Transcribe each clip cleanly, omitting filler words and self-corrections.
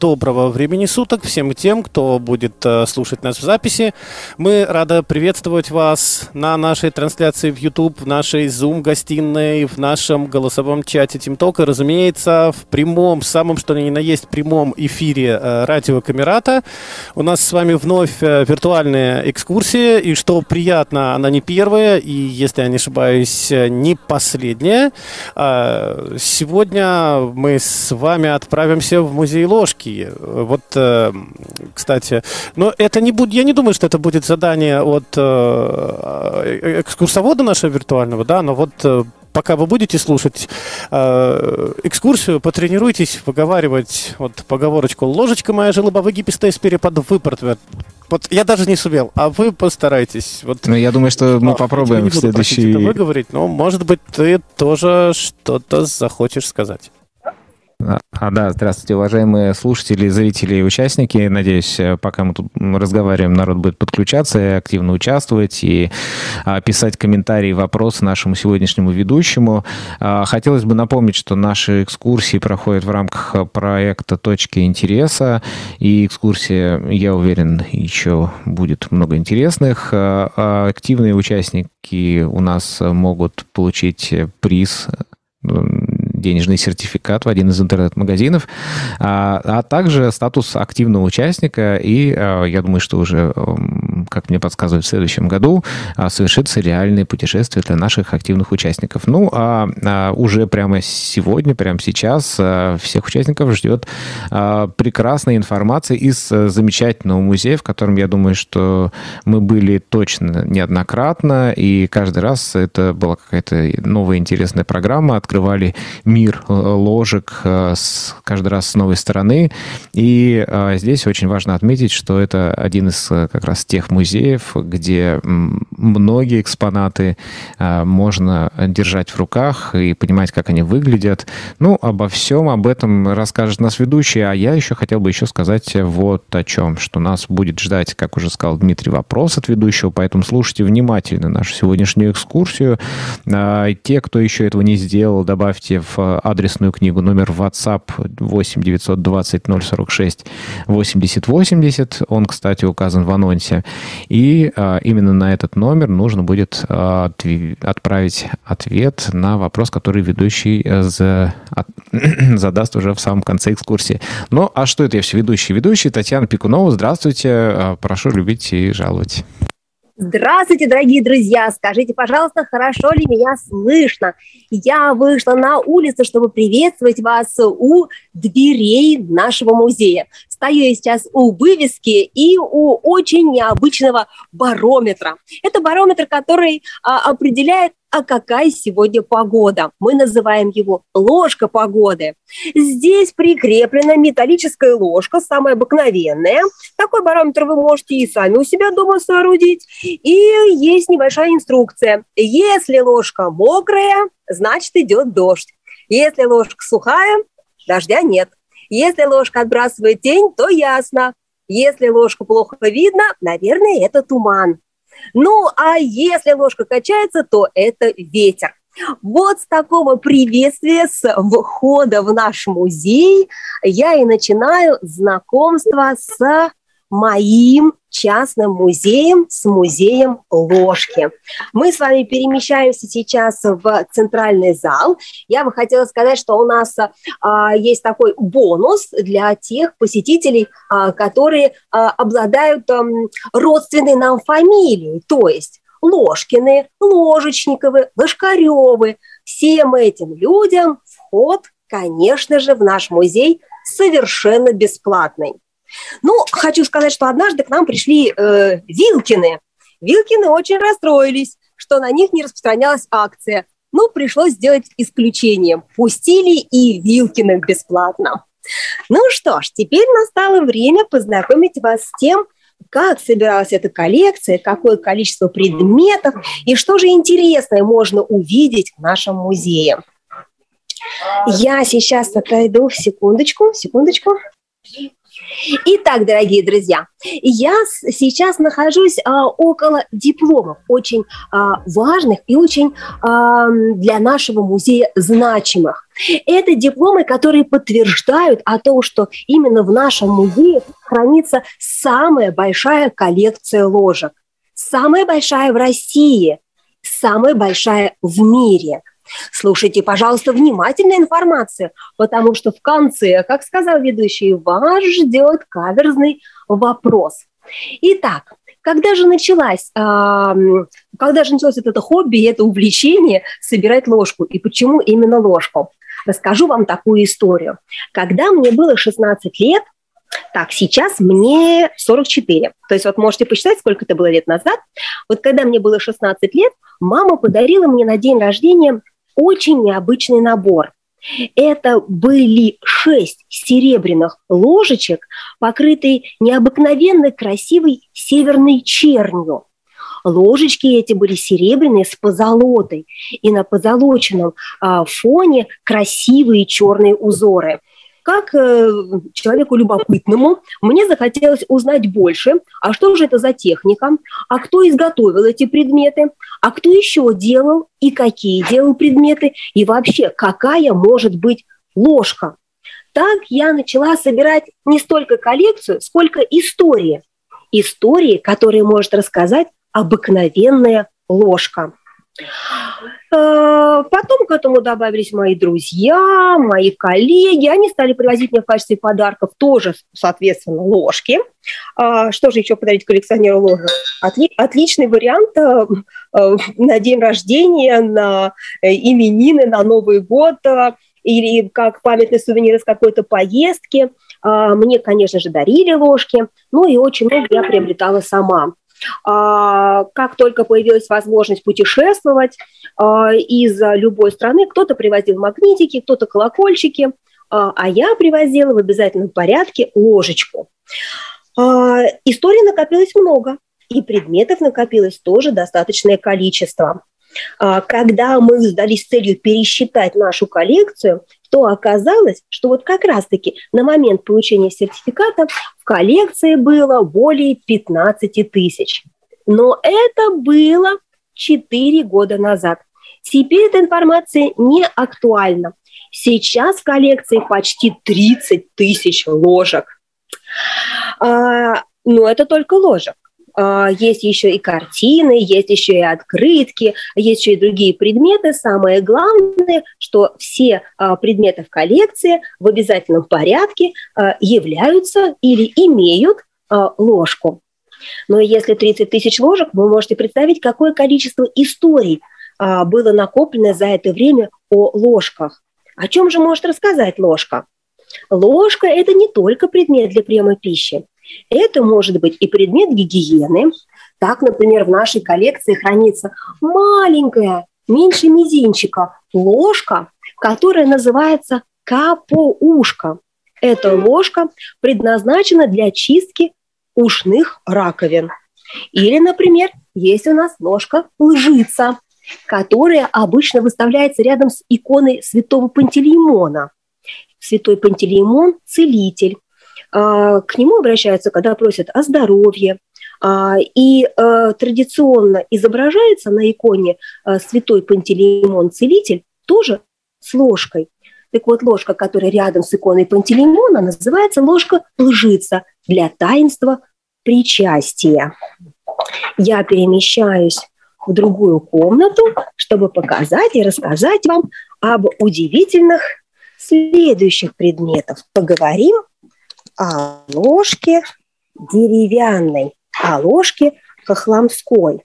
Доброго времени суток всем тем, кто будет слушать нас в записи. Мы рады приветствовать вас на нашей трансляции в YouTube, в нашей Zoom-гостиной, в нашем голосовом чате TeamTalk и, разумеется, в прямом, самом что ни на есть прямом эфире радио Камерата. У нас с вами вновь виртуальная экскурсия, и что приятно, она не первая, и, если я не ошибаюсь, не последняя. Сегодня мы с вами отправимся в музей ложки. Вот, кстати, но это не будет, я не думаю, что это будет задание от экскурсовода нашего виртуального, да, но вот пока вы будете слушать экскурсию, потренируйтесь выговаривать вот поговорочку «Ложечка моя жила в Египте спереди под выпорт». Вот я даже не сумел, а вы постарайтесь. Вот, ну, я думаю, что мы попробуем в следующий... выговорить, но, может быть, ты тоже что-то захочешь сказать. Да, здравствуйте, уважаемые слушатели, зрители и участники. Надеюсь, пока мы тут разговариваем, народ будет подключаться и активно участвовать, и писать комментарии, вопросы нашему сегодняшнему ведущему. Хотелось бы напомнить, что наши экскурсии проходят в рамках проекта «Точки интереса», и экскурсия, я уверен, еще будет много интересных. Активные участники у нас могут получить приз, денежный сертификат в один из интернет-магазинов, а также статус активного участника. И я думаю, что уже, как мне подсказывают, в следующем году совершится реальное путешествие для наших активных участников. Ну, уже прямо сегодня, прямо сейчас всех участников ждет прекрасная информация из замечательного музея, в котором, я думаю, что мы были точно неоднократно, и каждый раз это была какая-то новая интересная программа, открывали мир ложек каждый раз с новой стороны. И здесь очень важно отметить, что это один из как раз тех музеев, где многие экспонаты можно держать в руках и понимать, как они выглядят. Ну, обо всем об этом расскажет нас ведущий, а я еще хотел бы сказать вот о чем, что нас будет ждать, как уже сказал Дмитрий, вопрос от ведущего, поэтому слушайте внимательно нашу сегодняшнюю экскурсию. Те, кто еще этого не сделал, добавьте в адресную книгу номер WhatsApp 8 920 046 80 80. Он, кстати, указан в анонсе. И именно на этот номер нужно будет отправить ответ на вопрос, который ведущий задаст уже в самом конце экскурсии. Ну, а что это я все ведущий? Ведущий Татьяна Пикунова. Здравствуйте. Прошу любить и жаловать. Здравствуйте, дорогие друзья! Скажите, пожалуйста, хорошо ли меня слышно? Я вышла на улицу, чтобы приветствовать вас у дверей нашего музея. Стою я сейчас у вывески и у очень необычного барометра. Это барометр, который определяет, какая сегодня погода. Мы называем его ложка погоды. Здесь прикреплена металлическая ложка, самая обыкновенная. Такой барометр вы можете и сами у себя дома соорудить. И есть небольшая инструкция. Если ложка мокрая, значит идет дождь. Если ложка сухая, дождя нет. Если ложка отбрасывает тень, то ясно. Если ложку плохо видно, наверное, это туман. Ну, а если ложка качается, то это ветер. Вот с такого приветствия, с входа в наш музей, я и начинаю знакомство с моим частным музеем, с музеем ложки. Мы с вами перемещаемся сейчас в центральный зал. Я бы хотела сказать, что у нас есть такой бонус для тех посетителей, которые обладают родственной нам фамилией, то есть Ложкины, Ложечниковы, Ложкаревы. Всем этим людям вход, конечно же, в наш музей совершенно бесплатный. Ну, хочу сказать, что однажды к нам пришли Вилкины. Вилкины очень расстроились, что на них не распространялась акция. Ну, пришлось сделать исключение. Пустили и Вилкиных бесплатно. Ну что ж, теперь настало время познакомить вас с тем, как собиралась эта коллекция, какое количество предметов и что же интересное можно увидеть в нашем музее. Я сейчас отойду, секундочку. Итак, дорогие друзья, я сейчас нахожусь около дипломов, очень важных и очень для нашего музея значимых. Это дипломы, которые подтверждают о том, что именно в нашем музее хранится самая большая коллекция ложек. Самая большая в России, самая большая в мире. Слушайте, пожалуйста, внимательно информацию, потому что в конце, как сказал ведущий, вас ждет каверзный вопрос. Итак, когда же началось это хобби, это увлечение собирать ложку, и почему именно ложку? Расскажу вам такую историю. Когда мне было 16 лет, так, сейчас мне 44. То есть вот можете посчитать, сколько это было лет назад. Вот когда мне было 16 лет, мама подарила мне на день рождения очень необычный набор. Это были 6 серебряных ложечек, покрытые необыкновенно красивой северной чернью. Ложечки эти были серебряные с позолотой, и на позолоченном фоне красивые черные узоры. Как человеку любопытному, мне захотелось узнать больше, а что же это за техника, а кто изготовил эти предметы, а кто еще делал и какие делал предметы, и вообще какая может быть ложка. Так я начала собирать не столько коллекцию, сколько истории. Истории, которые может рассказать обыкновенная ложка. Потом к этому добавились мои друзья, мои коллеги. Они стали привозить мне в качестве подарков тоже, соответственно, ложки. Что же еще подарить коллекционеру ложек? Отличный вариант на день рождения, на именины, на Новый год или как памятный сувенир из какой-то поездки. Мне, конечно же, дарили ложки, ну и очень много я приобретала сама. Как только появилась возможность путешествовать из любой страны, кто-то привозил магнитики, кто-то колокольчики, а я привозила в обязательном порядке ложечку. Историй накопилось много, и предметов накопилось тоже достаточное количество. Когда мы задались целью пересчитать нашу коллекцию, то оказалось, что вот как раз-таки на момент получения сертификата в коллекции было более 15 тысяч. Но это было 4 года назад. Теперь эта информация не актуальна. Сейчас в коллекции почти 30 тысяч ложек. Но это только ложек. Есть еще и картины, есть еще и открытки, есть еще и другие предметы. Самое главное, что все предметы в коллекции в обязательном порядке являются или имеют ложку. Но если 30 тысяч ложек, вы можете представить, какое количество историй было накоплено за это время о ложках. О чем же может рассказать ложка? Ложка – это не только предмет для приема пищи. Это может быть и предмет гигиены. Так, например, в нашей коллекции хранится маленькая, меньше мизинчика, ложка, которая называется капоушка. Эта ложка предназначена для чистки ушных раковин. Или, например, есть у нас ложка-лжица, которая обычно выставляется рядом с иконой святого Пантелеймона. Святой Пантелеймон – целитель. К нему обращаются, когда просят о здоровье. И традиционно изображается на иконе святой Пантелеймон целитель тоже с ложкой. Так вот, ложка, которая рядом с иконой Пантелеймона, называется ложка-лжица для таинства причастия. Я перемещаюсь в другую комнату, чтобы показать и рассказать вам об удивительных следующих предметах. Поговорим о ложке деревянной, о ложке хохломской.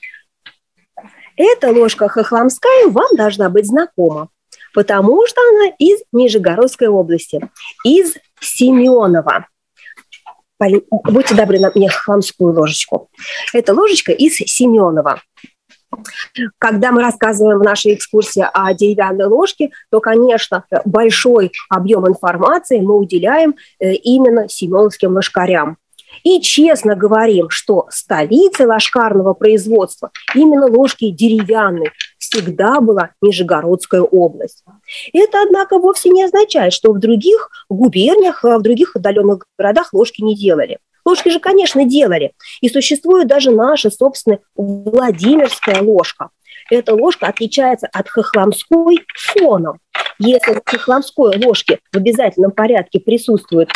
Эта ложка хохломская вам должна быть знакома, потому что она из Нижегородской области, из Семенова. Будьте добры, на мне хохломскую ложечку. Это ложечка из Семенова. Когда мы рассказываем в нашей экскурсии о деревянной ложке, то, конечно, большой объем информации мы уделяем именно семеновским ложкарям. И честно говорим, что столицей ложкарного производства именно ложки деревянные всегда была Нижегородская область. Это, однако, вовсе не означает, что в других губерниях, в других отдаленных городах ложки не делали. Ложки же, конечно, делали. И существует даже наша собственная Владимирская ложка. Эта ложка отличается от хохломской фоном. Если в хохломской ложке в обязательном порядке присутствует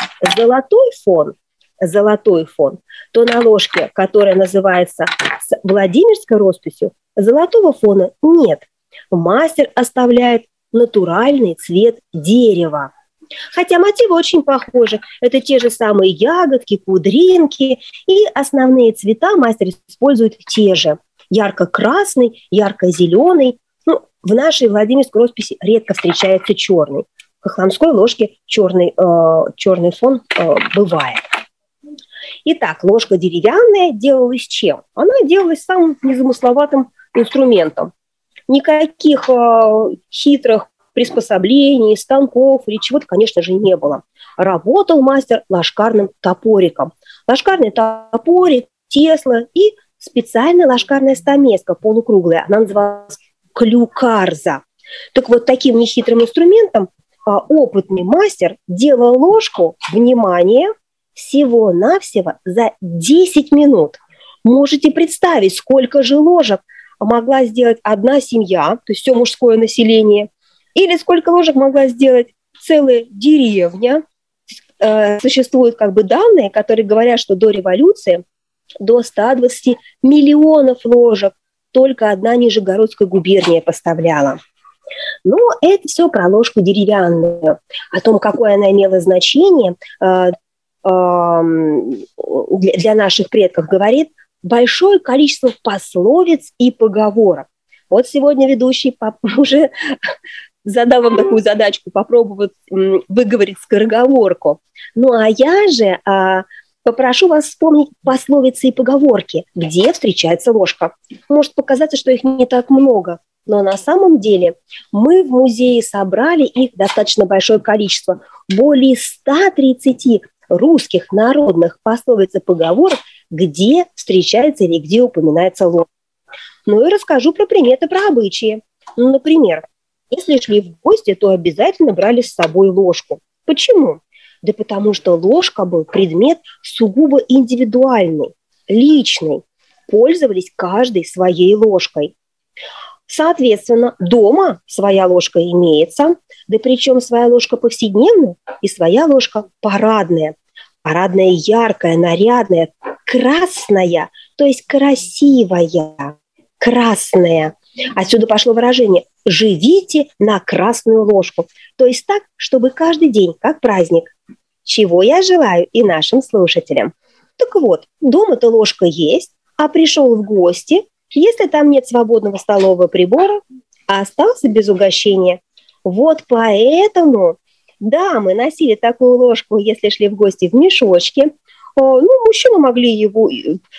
золотой фон, то на ложке, которая называется с Владимирской росписью, золотого фона нет. Мастер оставляет натуральный цвет дерева. Хотя мотивы очень похожи. Это те же самые ягодки, кудринки, и основные цвета мастер использует те же. Ярко-красный, ярко-зеленый. В нашей Владимирской росписи редко встречается черный. В хохломской ложке черный фон бывает. Итак, ложка деревянная делалась чем? Она делалась самым незамысловатым инструментом. Никаких хитрых приспособлений, станков или чего-то, конечно же, не было. Работал мастер ложкарным топориком. Ложкарный топорик, тесло и специальная ложкарная стамеска полукруглая. Она называлась клюкарза. Так вот, таким нехитрым инструментом опытный мастер делал ложку, внимание, всего-навсего за 10 минут. Можете представить, сколько же ложек могла сделать одна семья, то есть все мужское население, или сколько ложек могла сделать целая деревня. Существуют данные, которые говорят, что до революции до 120 миллионов ложек только одна Нижегородская губерния поставляла. Но это все про ложку деревянную. О том, какое она имела значение для наших предков, говорит большое количество пословиц и поговорок. Вот сегодня ведущий уже задал вам такую задачку попробовать выговорить скороговорку. Ну а я же попрошу вас вспомнить пословицы и поговорки, где встречается ложка. Может показаться, что их не так много, но на самом деле мы в музее собрали их достаточно большое количество. Более 130 русских народных пословиц и поговорок, где встречается или где упоминается ложка. Ну и расскажу про приметы, про обычаи. Например, если шли в гости, то обязательно брали с собой ложку. Почему? Да потому что ложка был предмет сугубо индивидуальный, личный. Пользовались каждый своей ложкой. Соответственно, дома своя ложка имеется, да причем своя ложка повседневная и своя ложка парадная. Парадная яркая, нарядная, красная, то есть красивая, красная. Отсюда пошло выражение «живите на красную ложку», то есть так, чтобы каждый день, как праздник. Чего я желаю и нашим слушателям. Так вот, дома-то ложка есть, а пришел в гости, если там нет свободного столового прибора, а остался без угощения. Вот поэтому, да, мы носили такую ложку, если шли в гости в мешочке. Мужчины могли его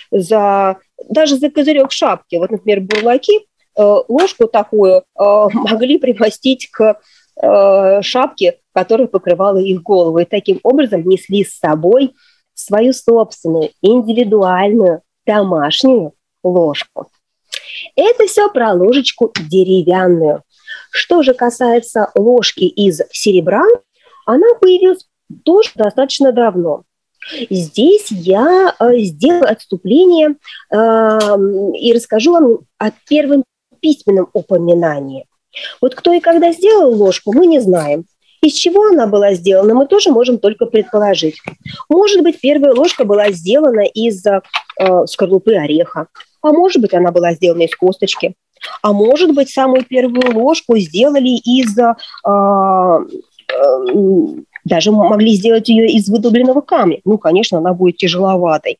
даже за козырек шапки, вот, например, бурлаки, ложку такую могли примостить к шапке, которая покрывала их голову. И таким образом несли с собой свою собственную, индивидуальную, домашнюю ложку. Это все про ложечку деревянную. Что же касается ложки из серебра, она появилась тоже достаточно давно. Здесь я сделаю отступление и расскажу вам о первом письменном упоминании. Вот кто и когда сделал ложку, мы не знаем. Из чего она была сделана, мы тоже можем только предположить. Может быть, первая ложка была сделана из скорлупы ореха, а может быть, она была сделана из косточки, а может быть, самую первую ложку сделали даже могли сделать ее из выдолбленного камня. Конечно, она будет тяжеловатой.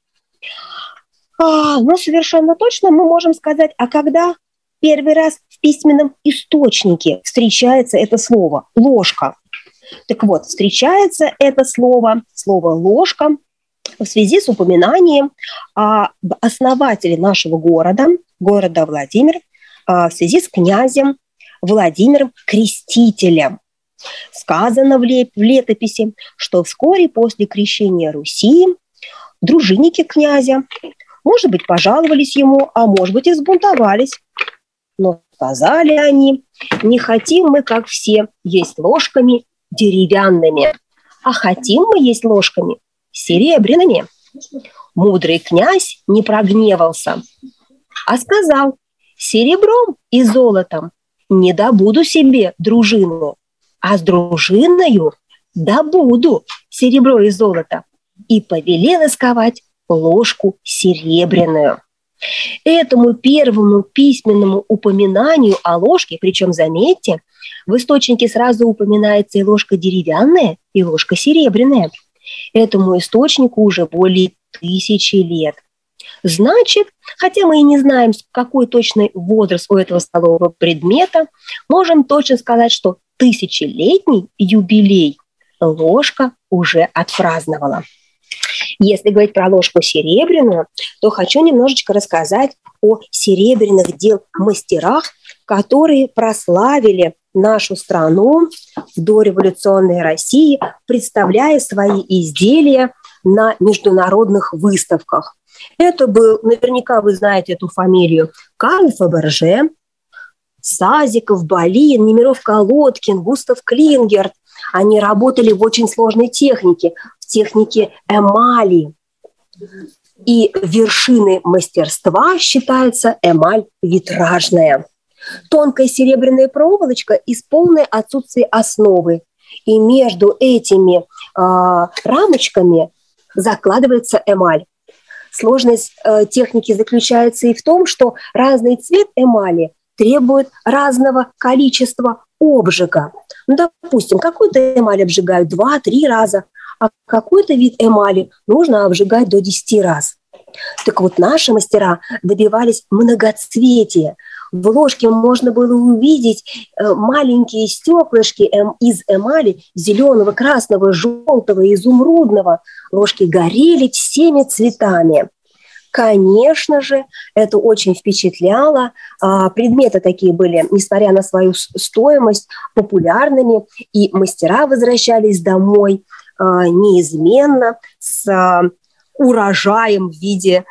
Но совершенно точно мы можем сказать, а когда первый раз в письменном источнике встречается это слово «ложка». Так вот, встречается это слово «ложка» в связи с упоминанием об основателе нашего города Владимир, в связи с князем Владимиром Крестителем. Сказано в летописи, что вскоре после крещения Руси дружинники князя. Может быть, пожаловались ему, а может быть, и взбунтовались. Но сказали они: не хотим мы, как все, есть ложками деревянными, а хотим мы есть ложками серебряными. Мудрый князь не прогневался, а сказал: серебром и золотом не добуду себе дружину, а с дружиною добуду серебро и золото. И повелел исковать ложку серебряную. Этому первому письменному упоминанию о ложке, причем, заметьте, в источнике сразу упоминается и ложка деревянная, и ложка серебряная. Этому источнику уже более 1000 лет. Значит, хотя мы и не знаем, какой точный возраст у этого столового предмета, можем точно сказать, что 1000-летний юбилей ложка уже отпраздновала. Если говорить про ложку серебряную, то хочу немножечко рассказать о серебряных дел мастерах, которые прославили нашу страну в дореволюционной России, представляя свои изделия на международных выставках. Это был, наверняка вы знаете эту фамилию, Карл Фаберже, Сазиков, Балин, Немиров-Колодкин, Густав Клингер. Они работали в очень сложной технике, в технике эмали. И вершиной мастерства считается эмаль витражная. Тонкая серебряная проволочка из полной отсутствия основы. И между этими рамочками закладывается эмаль. Сложность техники заключается и в том, что разный цвет эмали требует разного количества обжига. Ну, допустим, какую-то эмаль обжигают 2-3 раза, а какой-то вид эмали нужно обжигать до 10 раз. Так вот, наши мастера добивались многоцветия. В ложке можно было увидеть маленькие стеклышки из эмали зеленого, красного, желтого, изумрудного. Ложки горели всеми цветами. Конечно же, это очень впечатляло. Предметы такие были, несмотря на свою стоимость, популярными. И мастера возвращались домой неизменно с урожаем в виде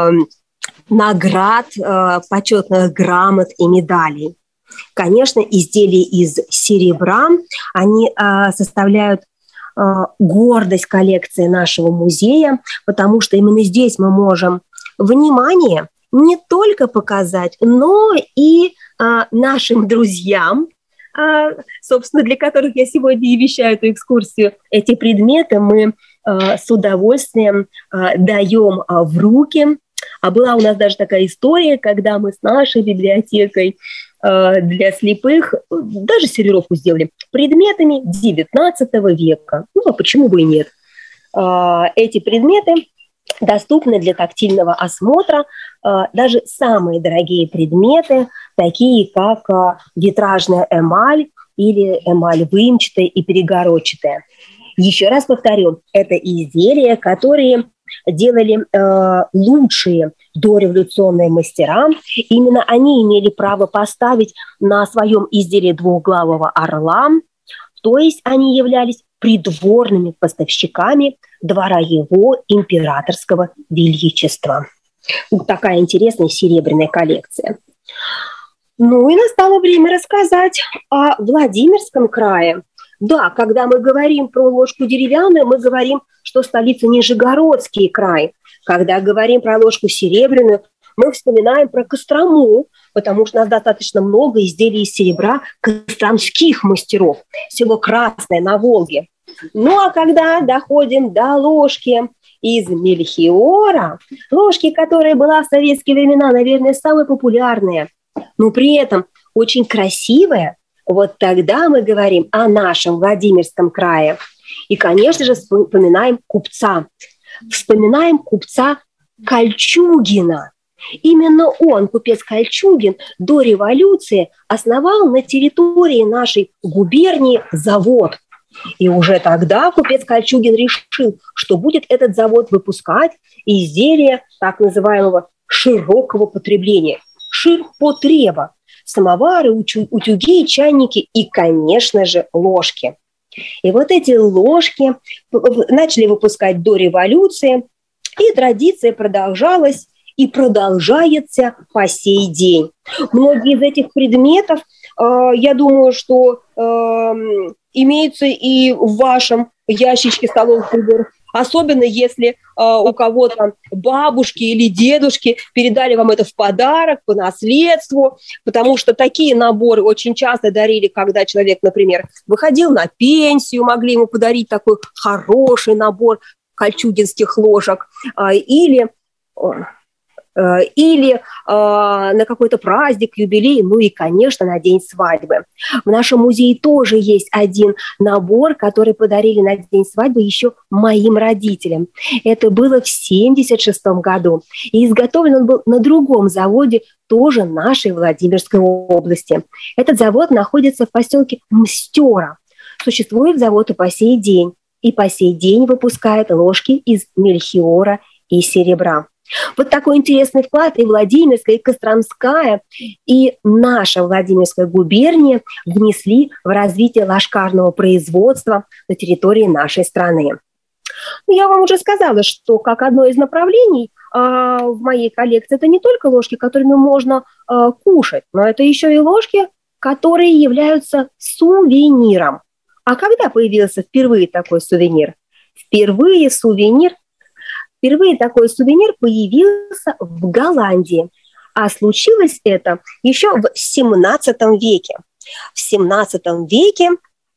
наград, почетных грамот и медалей. Конечно, изделия из серебра, они составляют гордость коллекции нашего музея, потому что именно здесь мы можем внимание не только показать, но и нашим друзьям, собственно, для которых я сегодня и вещаю эту экскурсию, эти предметы мы с удовольствием даем в руки. А была у нас даже такая история, когда мы с нашей библиотекой для слепых даже сервировку сделали предметами XIX века. Ну, а почему бы и нет? Эти предметы доступны для тактильного осмотра. Даже самые дорогие предметы, такие как витражная эмаль или эмаль выемчатая и перегородчатая. Еще раз повторю, это изделия, которые делали лучшие дореволюционные мастера. Именно они имели право поставить на своем изделии двухглавого орла, то есть они являлись придворными поставщиками двора его императорского величества. Вот такая интересная серебряная коллекция. Ну и настало время рассказать о Владимирском крае. Да, когда мы говорим про ложку деревянную, мы говорим, что столица Нижегородский край. Когда говорим про ложку серебряную, мы вспоминаем про Кострому, потому что у нас достаточно много изделий из серебра костромских мастеров. Село Красное на Волге. Ну а когда доходим до ложки из мельхиора, ложки, которая была в советские времена, наверное, самая популярная, но при этом очень красивая, вот тогда мы говорим о нашем Владимирском крае. И, конечно же, вспоминаем купца. Вспоминаем купца Кольчугина. Именно он, купец Кольчугин, до революции основал на территории нашей губернии завод. И уже тогда купец Кольчугин решил, что будет этот завод выпускать изделия так называемого широкого потребления. Ширпотреба. Самовары, утюги, чайники и, конечно же, ложки. И вот эти ложки начали выпускать до революции. И традиция продолжалась и продолжается по сей день. Многие из этих предметов, я думаю, что имеются и в вашем ящичке столовых приборов. Особенно если у кого-то бабушки или дедушки передали вам это в подарок, по наследству, потому что такие наборы очень часто дарили, когда человек, например, выходил на пенсию, могли ему подарить такой хороший набор кольчугинских ложек, или на какой-то праздник, юбилей, ну и, конечно, на день свадьбы. В нашем музее тоже есть один набор, который подарили на день свадьбы еще моим родителям. Это было в 1976 году. И изготовлен он был на другом заводе, тоже нашей Владимирской области. Этот завод находится в поселке Мстера. Существует завод и по сей день. И по сей день выпускает ложки из мельхиора и серебра. Вот такой интересный вклад и Владимирская, и Костромская, и наша Владимирская губерния внесли в развитие ложкарного производства на территории нашей страны. Я вам уже сказала, что как одно из направлений в моей коллекции это не только ложки, которыми можно кушать, но это еще и ложки, которые являются сувениром. А когда появился впервые такой сувенир? Впервые такой сувенир появился в Голландии, а случилось это еще в XVII веке. В XVII веке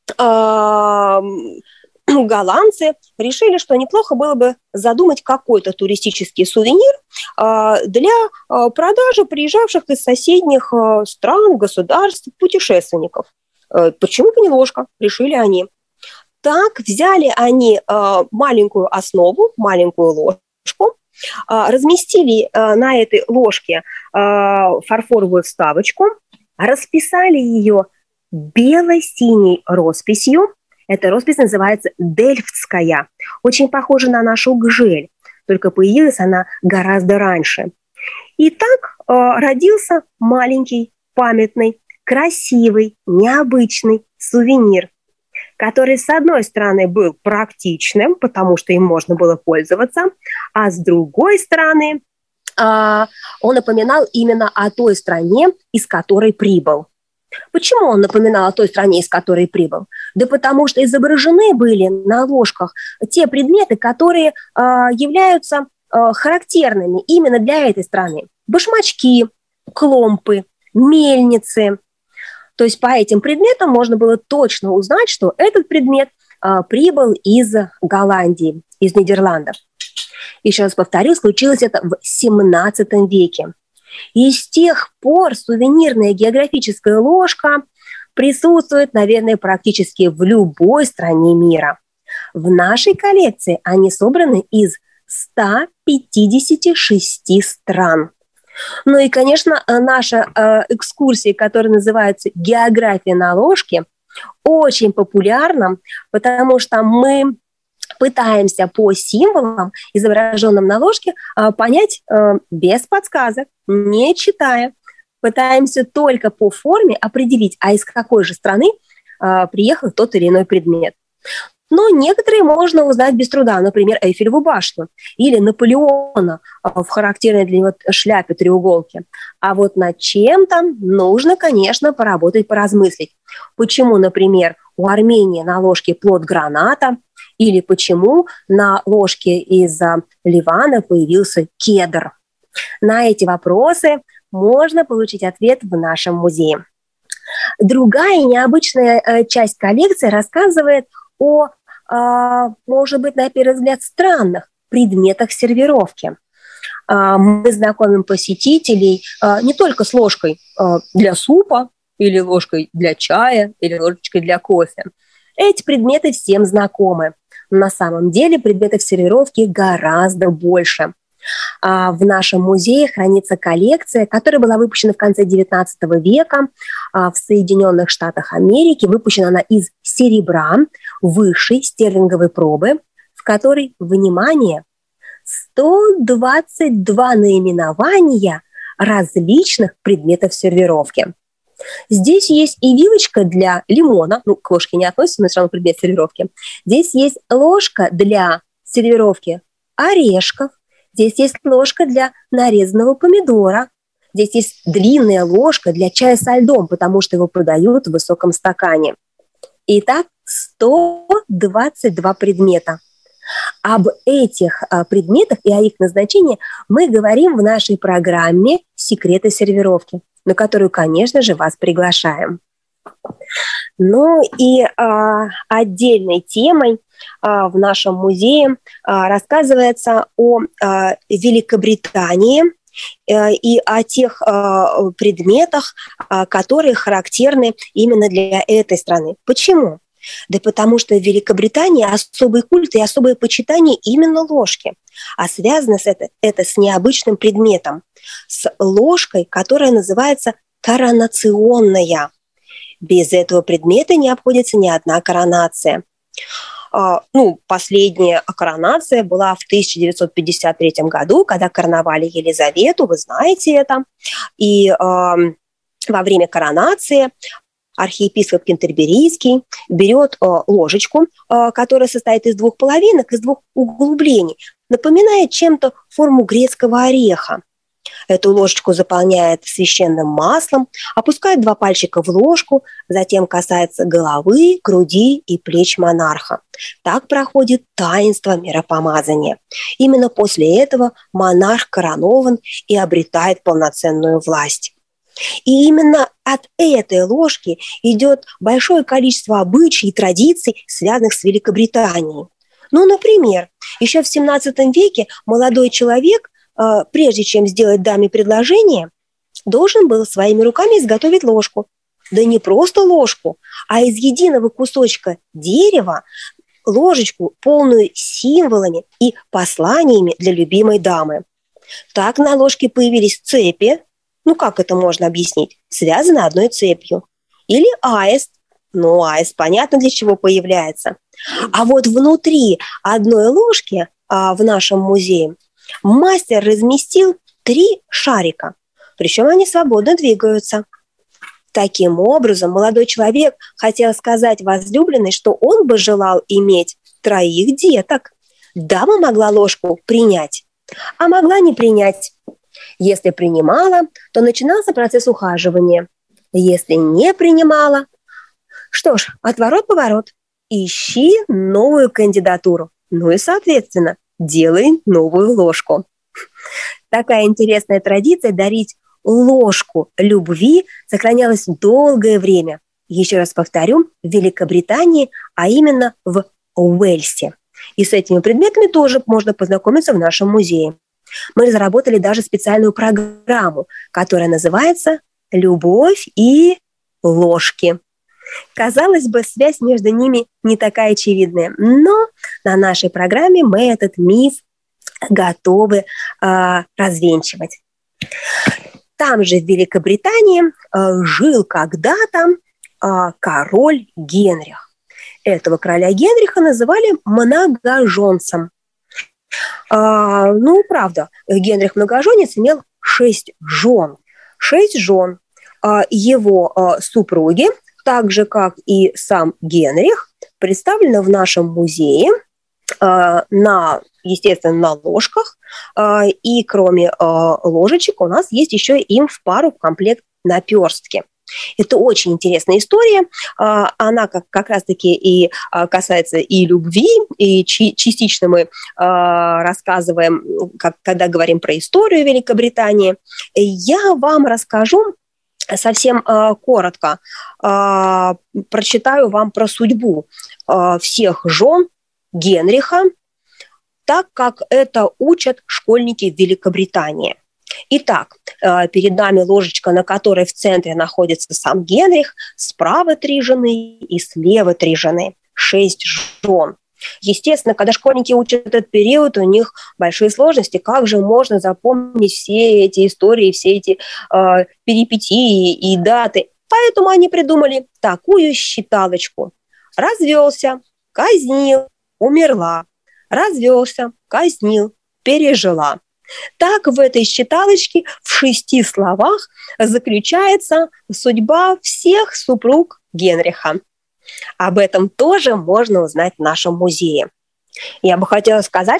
голландцы решили, что неплохо было бы задумать какой-то туристический сувенир для продажи приезжавших из соседних стран, государств, путешественников. Почему бы не ложка, решили они. Так взяли они маленькую основу, маленькую ложку, разместили на этой ложке фарфоровую вставочку, расписали ее бело-синей росписью. Эта роспись называется дельфтская, очень похожа на нашу гжель, только появилась она гораздо раньше. И так родился маленький, памятный, красивый, необычный сувенир, который, с одной стороны, был практичным, потому что им можно было пользоваться, а с другой стороны, он напоминал именно о той стране, из которой прибыл. Почему он напоминал о той стране, из которой прибыл? Да потому что изображены были на ложках те предметы, которые являются характерными именно для этой страны. Башмачки, кломпы, мельницы. То есть по этим предметам можно было точно узнать, что этот предмет прибыл из Голландии, из Нидерландов. Еще раз повторю, случилось это в XVII веке. И с тех пор сувенирная географическая ложка присутствует, наверное, практически в любой стране мира. В нашей коллекции они собраны из 156 стран. Ну и, конечно, наша экскурсия, которая называется «География на ложке», очень популярна, потому что мы пытаемся по символам, изображенным на ложке, понять без подсказок, не читая. Пытаемся только по форме определить, а из какой же страны приехал тот или иной предмет. Но некоторые можно узнать без труда, например, Эйфелеву башню или Наполеона в характерной для него шляпе треуголке. А вот над чем-то нужно, конечно, поработать, поразмыслить. Почему, например, у Армении на ложке плод граната, или почему на ложке из Ливана появился кедр. На эти вопросы можно получить ответ в нашем музее. Другая необычная часть коллекции рассказывает о, может быть, на первый взгляд, странных предметах сервировки. Мы знакомим посетителей не только с ложкой для супа, или ложкой для чая, или ложечкой для кофе. Эти предметы всем знакомы. На самом деле предметов сервировки гораздо больше. В нашем музее хранится коллекция, которая была выпущена в конце XIX века в Соединенных Штатах Америки. Выпущена она из серебра высшей стерлинговой пробы, в которой, внимание, 122 наименования различных предметов сервировки. Здесь есть и вилочка для лимона, ну, к ложке не относится, но все равно предмет сервировки. Здесь есть ложка для сервировки орешков, Здесь есть ложка для нарезанного помидора. Здесь есть длинная ложка для чая со льдом, потому что его подают в высоком стакане. Итак, 122 предмета. Об этих предметах и о их назначении мы говорим в нашей программе «Секреты сервировки», на которую, конечно же, вас приглашаем. Ну и отдельной темой в нашем музее рассказывается о Великобритании и о тех предметах, которые характерны именно для этой страны. Почему? Да потому что в Великобритании особый культ и особое почитание именно ложки. А связано это с необычным предметом, с ложкой, которая называется коронационная. Без этого предмета не обходится ни одна коронация. Последняя коронация была в 1953 году, когда короновали Елизавету, вы знаете это. И во время коронации архиепископ Кентерберийский берет ложечку, которая состоит из двух половинок, из двух углублений, напоминает чем-то форму грецкого ореха. Эту ложечку заполняет священным маслом, опускает 2 пальчика в ложку, затем касается головы, груди и плеч монарха. Так проходит таинство миропомазания. Именно после этого монарх коронован и обретает полноценную власть. И именно от этой ложки идет большое количество обычаев и традиций, связанных с Великобританией. Например, еще в XVII веке молодой человек, прежде чем сделать даме предложение, должен был своими руками изготовить ложку. Да не просто ложку, а из единого кусочка дерева ложечку, полную символами и посланиями для любимой дамы. Так на ложке появились цепи. Как это можно объяснить? Связаны одной цепью. Или аист. Аист понятно для чего появляется. А вот внутри одной ложки в нашем музее мастер разместил 3 шарика. Причем они свободно двигаются. Таким образом, молодой человек хотел сказать возлюбленной, что он бы желал иметь 3 деток. Дама могла ложку принять, а могла не принять. Если принимала, то начинался процесс ухаживания. Если не принимала, что ж, отворот-поворот. Ищи новую кандидатуру. И, соответственно, делай новую ложку. Такая интересная традиция дарить ложку любви сохранялась долгое время. Еще раз повторю, в Великобритании, а именно в Уэльсе. И с этими предметами тоже можно познакомиться в нашем музее. Мы разработали даже специальную программу, которая называется «Любовь и ложки». Казалось бы, связь между ними не такая очевидная, но на нашей программе мы этот миф готовы развенчивать. Там же, в Великобритании, жил когда-то король Генрих. Этого короля Генриха называли многоженцем. Правда, Генрих Многоженец имел 6 жен. 6 жен. Его супруги, так же, как и сам Генрих, представлены в нашем музее естественно, на ложках. И кроме ложечек у нас есть еще им в пару в комплект наперстки. Это очень интересная история. Она как раз-таки и касается и любви, и частично мы рассказываем, когда говорим про историю Великобритании. Я вам расскажу совсем коротко, прочитаю вам про судьбу всех жен Генриха, так как это учат школьники в Великобритании. Итак, перед нами ложечка, на которой в центре находится сам Генрих, справа 3 жены и слева 3 жены, 6 жен. Естественно, когда школьники учат этот период, у них большие сложности. Как же можно запомнить все эти истории, все эти перипетии и даты? Поэтому они придумали такую считалочку. Развелся, казнил, умерла. Развелся, казнил, пережила. Так в этой считалочке в 6 словах заключается судьба всех супруг Генриха. Об этом тоже можно узнать в нашем музее. Я бы хотела сказать, что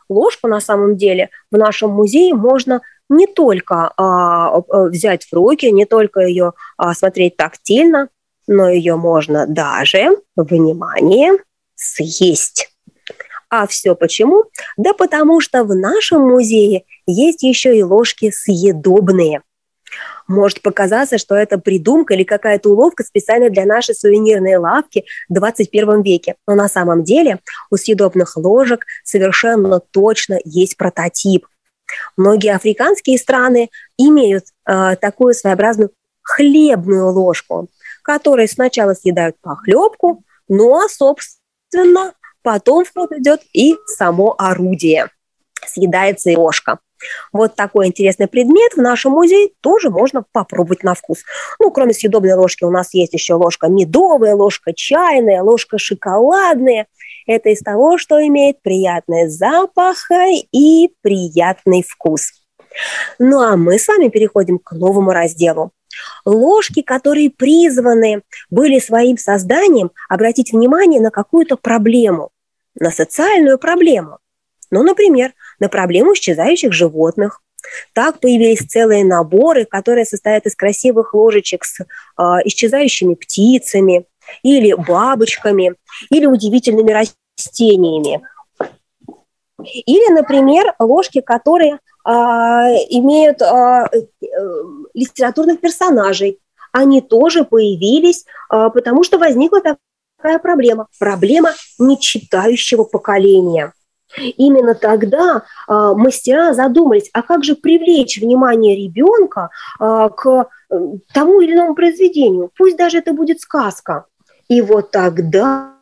ложку на самом деле в нашем музее можно не только взять в руки, не только ее смотреть тактильно, но ее можно даже, внимание, съесть. А все почему? Да потому что в нашем музее есть еще и ложки съедобные. Может показаться, что это придумка или какая-то уловка специально для нашей сувенирной лавки в 21 веке. Но на самом деле у съедобных ложек совершенно точно есть прототип. Многие африканские страны имеют такую своеобразную хлебную ложку, которой сначала съедают похлебку, ну а, собственно, потом в ход идет и само орудие. Съедается и ложка. Вот такой интересный предмет в нашем музее тоже можно попробовать на вкус. Ну, кроме съедобной ложки у нас есть еще ложка медовая, ложка чайная, ложка шоколадная. Это из того, что имеет приятный запах и приятный вкус. Ну, а мы с вами переходим к новому разделу. Ложки, которые призваны были своим созданием обратить внимание на какую-то проблему, на социальную проблему. Ну, например, на проблему исчезающих животных. Так появились целые наборы, которые состоят из красивых ложечек с исчезающими птицами или бабочками, или удивительными растениями. Или, например, ложки, которые имеют литературных персонажей. Они тоже появились, потому что возникла такая проблема. Проблема нечитающего поколения. Именно тогда мастера задумались, а как же привлечь внимание ребенка к тому или иному произведению, пусть даже это будет сказка. И вот тогда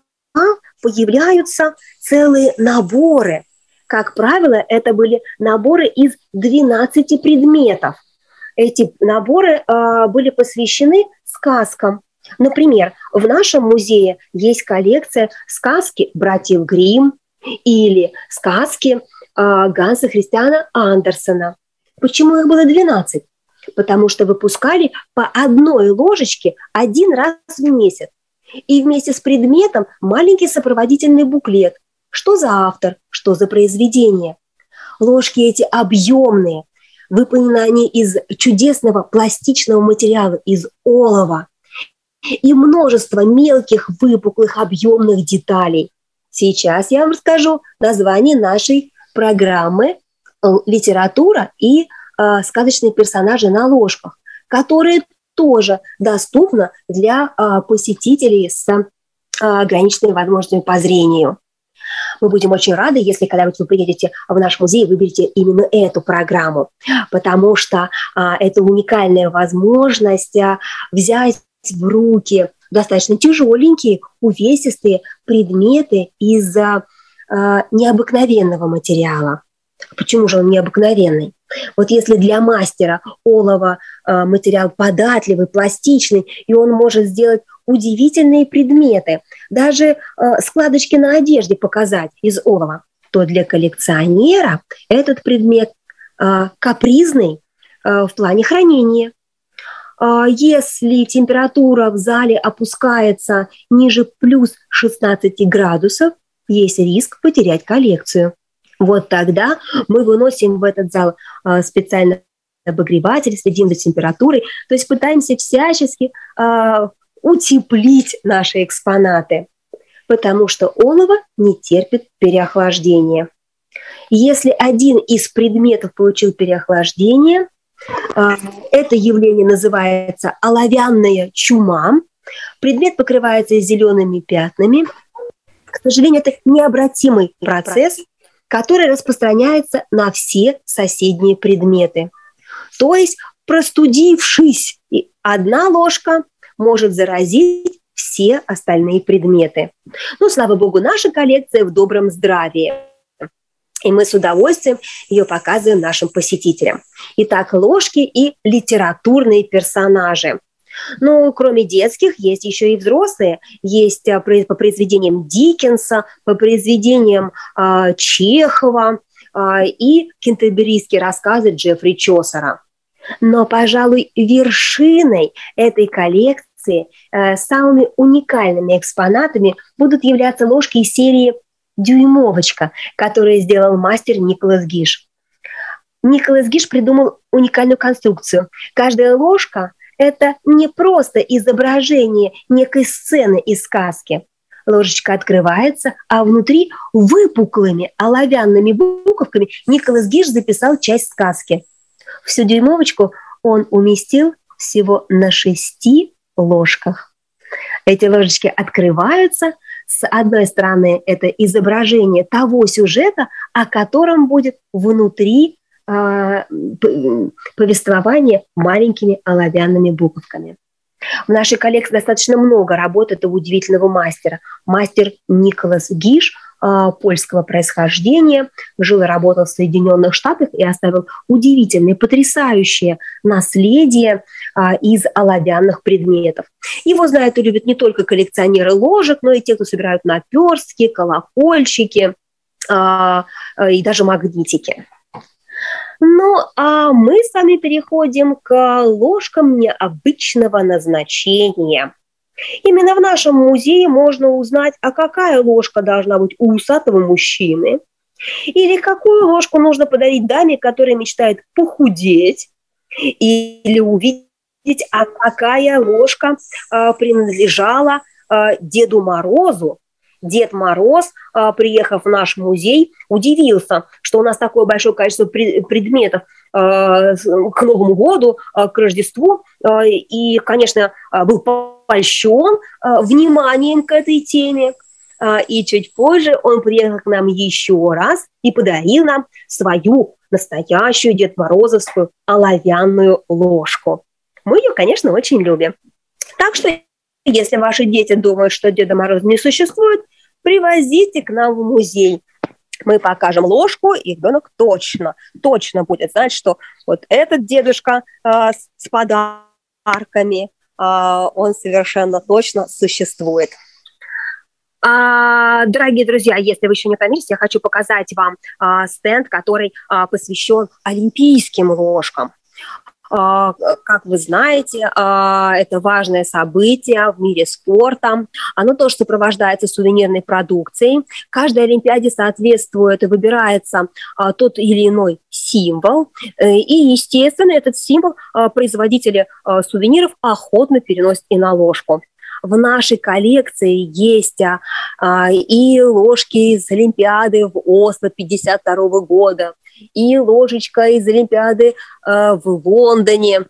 появляются целые наборы. Как правило, это были наборы из 12 предметов. Эти наборы были посвящены сказкам. Например, в нашем музее есть коллекция сказки братьев Гримм, или сказки Ганса Христиана Андерсена. Почему их было 12? Потому что выпускали по одной ложечке один раз в месяц. И вместе с предметом маленький сопроводительный буклет. Что за автор, что за произведение. Ложки эти объемные, выполнены они из чудесного пластичного материала, из олова. И множество мелких, выпуклых, объемных деталей. Сейчас я вам расскажу название нашей программы «Литература и сказочные персонажи на ложках», которые тоже доступны для посетителей с ограниченными возможностями по зрению. Мы будем очень рады, если когда-нибудь вы приедете в наш музей, выберете именно эту программу, потому что это уникальная возможность взять в руки достаточно тяжеленькие, увесистые предметы из необыкновенного материала. Почему же он необыкновенный? Вот если для мастера олово материал податливый, пластичный, и он может сделать удивительные предметы, даже складочки на одежде показать из олова, то для коллекционера этот предмет капризный в плане хранения. Если температура в зале опускается ниже плюс 16 градусов, есть риск потерять коллекцию. Вот тогда мы выносим в этот зал специальный обогреватель, следим за температурой, то есть пытаемся всячески утеплить наши экспонаты, потому что олово не терпит переохлаждения. Если один из предметов получил переохлаждение, это явление называется оловянная чума. Предмет покрывается зелеными пятнами. К сожалению, это необратимый процесс, который распространяется на все соседние предметы. То есть, простудившись, одна ложка может заразить все остальные предметы. Но, слава богу, наша коллекция в добром здравии. И мы с удовольствием ее показываем нашим посетителям. Итак, ложки и литературные персонажи. Ну, кроме детских, есть еще и взрослые. Есть по произведениям Диккенса, по произведениям Чехова и кентерберийские рассказы Джеффри Чосера. Но, пожалуй, вершиной этой коллекции самыми уникальными экспонатами будут являться ложки из серии дюймовочка, которую сделал мастер Николас Гиш. Николас Гиш придумал уникальную конструкцию. Каждая ложка – это не просто изображение некой сцены из сказки. Ложечка открывается, а внутри выпуклыми оловянными буковками Николас Гиш записал часть сказки. Всю дюймовочку он уместил всего на 6 ложках. Эти ложечки открываются. С одной стороны, это изображение того сюжета, о котором будет внутри повествование маленькими оловянными буковками. В нашей коллекции достаточно много работ этого удивительного мастера. Мастер Николас Гиш, польского происхождения, жил и работал в Соединенных Штатах и оставил удивительное, потрясающее наследие из оловянных предметов. Его знают и любят не только коллекционеры ложек, но и те, кто собирают наперстки, колокольчики и даже магнитики. Ну, а мы с вами переходим к ложкам необычного назначения. Именно в нашем музее можно узнать, а какая ложка должна быть у усатого мужчины, или какую ложку нужно подарить даме, которая мечтает похудеть, или увидеть, а какая ложка принадлежала Деду Морозу. Дед Мороз, приехав в наш музей, удивился, что у нас такое большое количество предметов к Новому году, к Рождеству, и, конечно, был польщен вниманием к этой теме. И чуть позже он приехал к нам еще раз и подарил нам свою настоящую Дед Морозовскую оловянную ложку. Мы ее, конечно, очень любим. Так что, если ваши дети думают, что Деда Мороза не существует, привозите к нам в музей. Мы покажем ложку, и ребенок точно будет знать, что вот этот дедушка с подарками, он совершенно точно существует. Дорогие друзья, если вы еще не помните, я хочу показать вам стенд, который посвящен олимпийским ложкам. Как вы знаете, это важное событие в мире спорта. Оно тоже сопровождается сувенирной продукцией. Каждой олимпиаде соответствует и выбирается тот или иной символ. И, естественно, этот символ производители сувениров охотно переносят и на ложку. В нашей коллекции есть и ложки из Олимпиады в Осло 1952 года, и ложечка из Олимпиады в Лондоне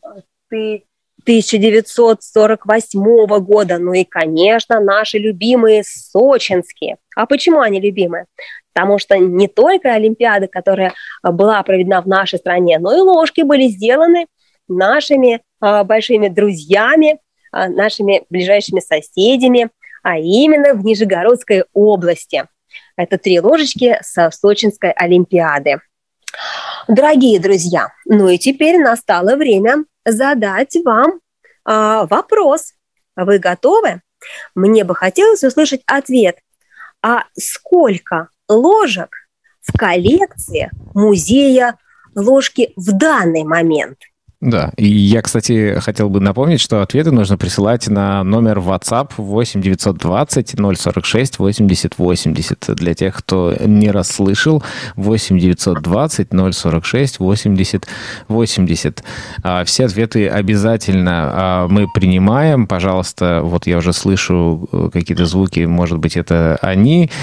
1948 года. Ну и, конечно, наши любимые сочинские. А почему они любимые? Потому что не только Олимпиада, которая была проведена в нашей стране, но и ложки были сделаны нашими большими друзьями, нашими ближайшими соседями, а именно в Нижегородской области. Это 3 ложечки со Сочинской Олимпиады. Дорогие друзья, ну и теперь настало время задать вам вопрос. Вы готовы? Мне бы хотелось услышать ответ. А сколько ложек в коллекции музея ложки в данный момент? Да, и я, кстати, хотел бы напомнить, что ответы нужно присылать на номер WhatsApp 8 920 046 80 80. Для тех, кто не расслышал, 8 920 046 80 80. Все ответы обязательно мы принимаем. Пожалуйста, вот я уже слышу какие-то звуки, может быть, это они.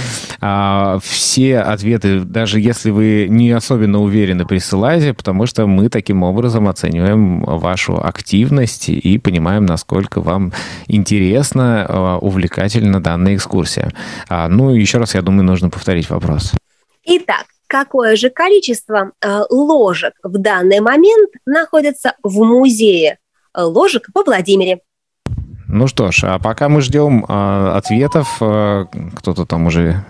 Все ответы, даже если вы не особенно уверены, присылайте, потому что мы таким образом оцениваем вашу активность и понимаем, насколько вам интересна, увлекательна данная экскурсия. Ну, еще раз, я думаю, нужно повторить вопрос. Итак, какое же количество ложек в данный момент находится в музее ложек во Владимире? Ну что ж, а пока мы ждем ответов, кто-то там уже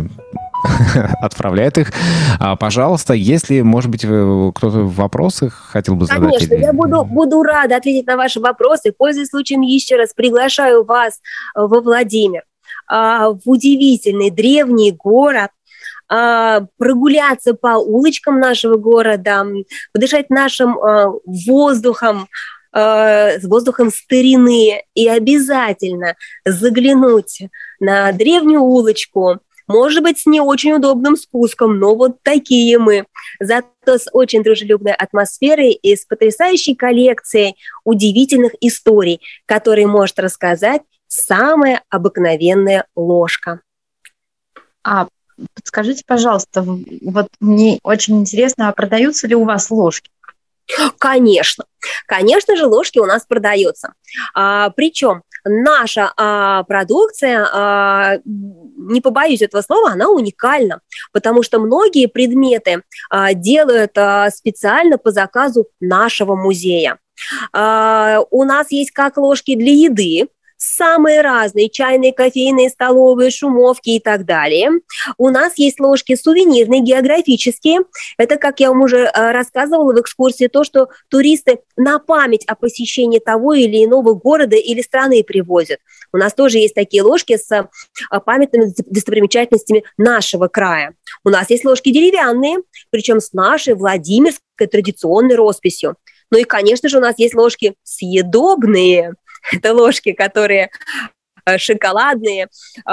отправляет их. Пожалуйста, если, может быть, кто-то вопросы хотел бы задать. Конечно, я буду рада ответить на ваши вопросы. Пользуясь случаем, еще раз приглашаю вас во Владимир, в удивительный древний город, прогуляться по улочкам нашего города, подышать нашим воздухом, с воздухом старины, и обязательно заглянуть на древнюю улочку, может быть, с не очень удобным спуском, но вот такие мы. Зато с очень дружелюбной атмосферой и с потрясающей коллекцией удивительных историй, которые может рассказать самая обыкновенная ложка. Подскажите, пожалуйста, вот мне очень интересно, а продаются ли у вас ложки? Конечно же, ложки у нас продаются. Причем наша продукция, не побоюсь этого слова, она уникальна, потому что многие предметы делают специально по заказу нашего музея. У нас есть как ложки для еды, самые разные, чайные, кофейные, столовые, шумовки и так далее. У нас есть ложки сувенирные, географические. Это, как я вам уже рассказывала в экскурсии, то, что туристы на память о посещении того или иного города или страны привозят. У нас тоже есть такие ложки с памятными достопримечательностями нашего края. У нас есть ложки деревянные, причем с нашей Владимирской традиционной росписью. Ну и, конечно же, у нас есть ложки съедобные. Это ложки, которые шоколадные,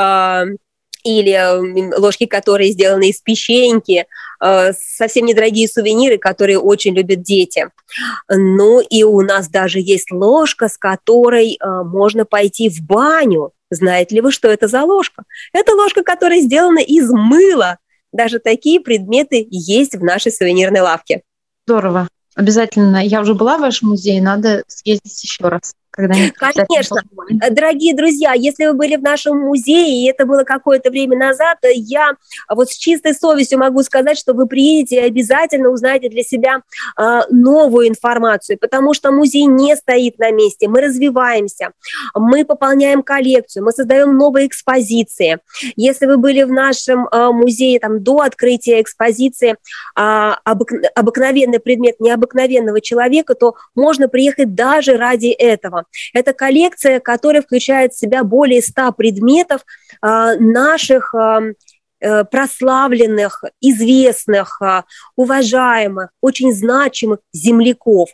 или ложки, которые сделаны из печеньки, совсем недорогие сувениры, которые очень любят дети. Ну и у нас даже есть ложка, с которой можно пойти в баню. Знаете ли вы, что это за ложка? Это ложка, которая сделана из мыла. Даже такие предметы есть в нашей сувенирной лавке. Здорово. Обязательно. Я уже была в вашем музее, надо съездить еще раз. Конечно. Дорогие друзья, если вы были в нашем музее, и это было какое-то время назад, я вот с чистой совестью могу сказать, что вы приедете и обязательно узнаете для себя новую информацию, потому что музей не стоит на месте, мы развиваемся, мы пополняем коллекцию, мы создаем новые экспозиции. Если вы были в нашем музее до открытия экспозиции обыкновенный предмет необыкновенного человека, то можно приехать даже ради этого. Это коллекция, которая включает в себя более 100 предметов наших прославленных, известных, уважаемых, очень значимых земляков.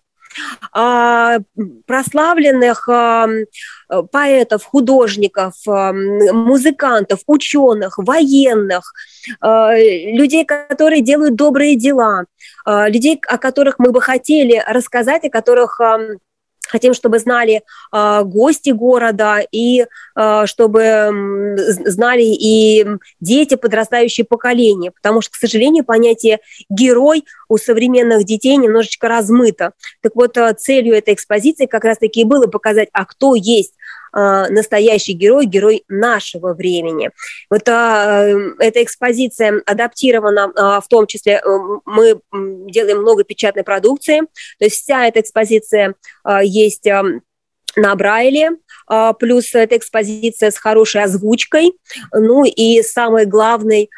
Прославленных поэтов, художников, музыкантов, ученых, военных, людей, которые делают добрые дела, людей, о которых мы бы хотели рассказать, о которых хотим, чтобы знали гости города и чтобы знали и дети, подрастающее поколение. Потому что, к сожалению, понятие «герой» у современных детей немножечко размыто. Так вот, целью этой экспозиции как раз-таки и было показать, а кто есть настоящий герой, герой нашего времени. Вот эта экспозиция адаптирована, в том числе мы делаем много печатной продукции, то есть вся эта экспозиция есть на Брайле, плюс эта экспозиция с хорошей озвучкой, ну и самый главный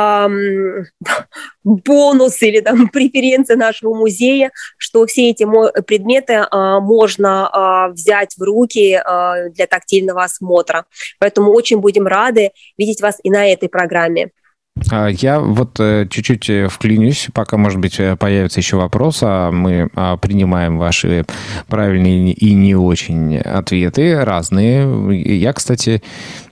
бонус или преференция нашего музея, что все эти предметы можно взять в руки для тактильного осмотра. Поэтому очень будем рады видеть вас и на этой программе. Я вот чуть-чуть вклинюсь, пока, может быть, появится еще вопрос, а мы принимаем ваши правильные и не очень ответы, разные. Я, кстати,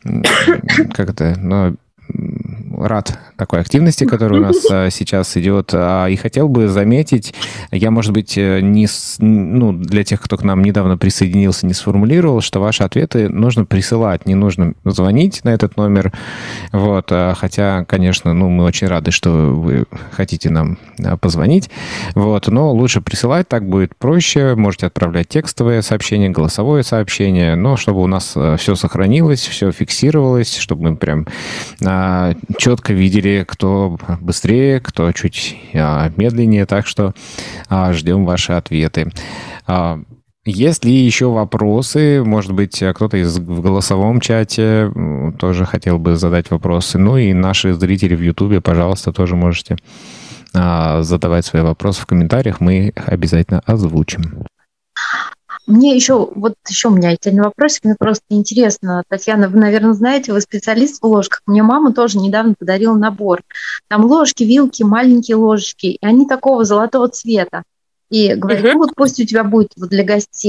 рад такой активности, которая у нас сейчас идет, и хотел бы заметить, я, может быть, для тех, кто к нам недавно присоединился, не сформулировал, что ваши ответы нужно присылать, не нужно звонить на этот номер, вот, хотя, конечно, мы очень рады, что вы хотите нам позвонить, вот, но лучше присылать, так будет проще, можете отправлять текстовое сообщение, голосовое сообщение, но чтобы у нас все сохранилось, все фиксировалось, чтобы мы прям четко видели, кто быстрее, кто чуть медленнее, так что ждем ваши ответы. Есть ли еще вопросы? Может быть, кто-то в голосовом чате тоже хотел бы задать вопросы. Ну и наши зрители в Ютубе, пожалуйста, тоже можете задавать свои вопросы в комментариях, мы их обязательно озвучим. Мне еще у меня есть один вопросик, мне просто интересно. Татьяна, вы, наверное, знаете, вы специалист в ложках. Мне мама тоже недавно подарила набор. Там ложки, вилки, маленькие ложечки, и они такого золотого цвета. И говорит, пусть у тебя будет для гостей.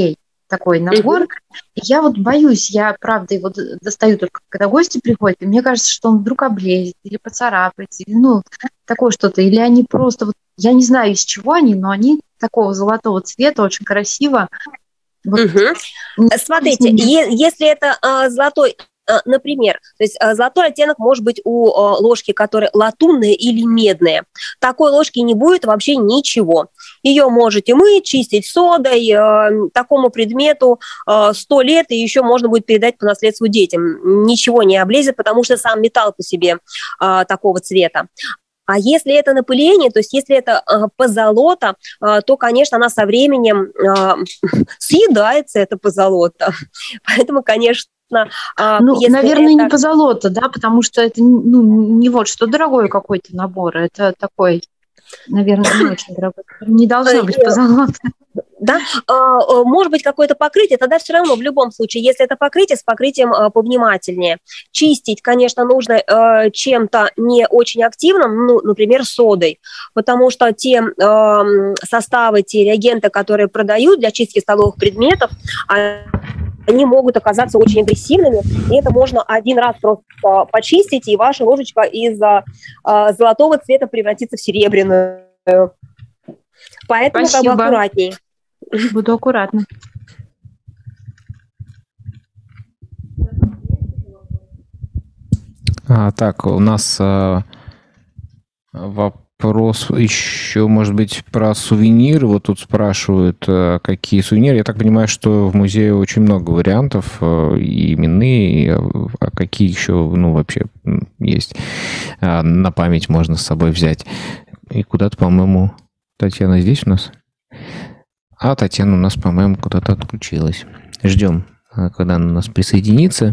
такой набор. И я вот боюсь, я, правда, его достаю только, когда гости приходят, и мне кажется, что он вдруг облезет или поцарапается, или, такое что-то. Или они просто, вот, я не знаю, из чего они, но они такого золотого цвета, очень красиво. Вот, Смотрите, если это золотой, например, то есть золотой оттенок может быть у ложки, которая латунная или медная. Такой ложки не будет вообще ничего. Ее можете мыть, чистить содой, такому предмету 100 лет, и еще можно будет передать по наследству детям. Ничего не облезет, потому что сам металл по себе такого цвета. А если это напыление, то есть если это позолота, то, конечно, она со временем съедается, это позолота. Поэтому, конечно, наверное, не позолота, да, потому что это не вот что дорогой какой-то набор, это такой, наверное, не очень дорогой. Не должно быть позолота. Да, может быть какое-то покрытие, тогда все равно в любом случае, если это покрытие, с покрытием повнимательнее. Чистить, конечно, нужно чем-то не очень активным, например, содой, потому что те составы, те реагенты, которые продают для чистки столовых предметов, они могут оказаться очень агрессивными, и это можно один раз просто почистить, и ваша ложечка из золотого цвета превратится в серебряную. Поэтому Спасибо. как бы аккуратнее. Буду аккуратна. Так, у нас вопрос еще, может быть, про сувениры. Вот тут спрашивают, какие сувениры. Я так понимаю, что в музее очень много вариантов, и именные, а какие еще, вообще есть на память можно с собой взять. И куда-то, по-моему, Татьяна здесь у нас? А Татьяна у нас, по-моему, куда-то отключилась. Ждем, когда она у нас присоединится.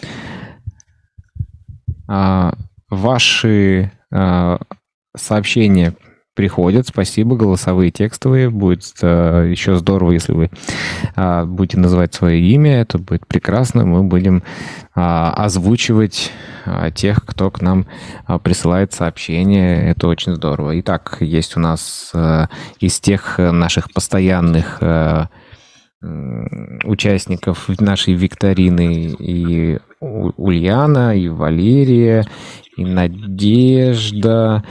Ваши сообщения приходят. Спасибо, голосовые, текстовые. Будет еще здорово, если вы будете называть свое имя. Это будет прекрасно. Мы будем озвучивать тех, кто к нам присылает сообщения. Это очень здорово. Итак, есть у нас из тех наших постоянных участников нашей викторины и Ульяна, и Валерия, и Надежда,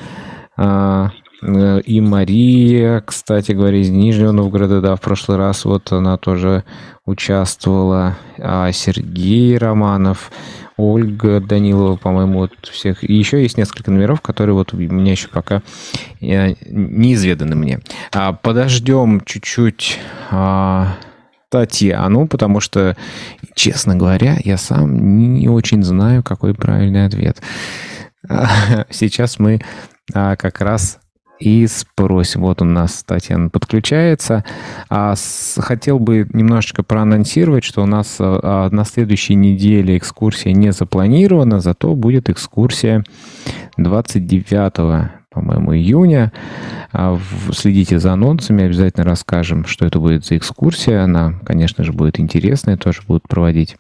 и Мария, кстати говоря, из Нижнего Новгорода, да, в прошлый раз вот она тоже участвовала, Сергей Романов, Ольга Данилова, по-моему, вот всех. И еще есть несколько номеров, которые вот у меня еще пока неизведаны мне. Подождем чуть-чуть Татьяну, потому что, честно говоря, я сам не очень знаю, какой правильный ответ. Сейчас мы как раз и спросим. Вот у нас Татьяна подключается. Хотел бы немножечко проанонсировать, что у нас на следующей неделе экскурсия не запланирована, зато будет экскурсия 29, по-моему, июня. Следите за анонсами, обязательно расскажем, что это будет за экскурсия. Она, конечно же, будет интересная, тоже будут проводить.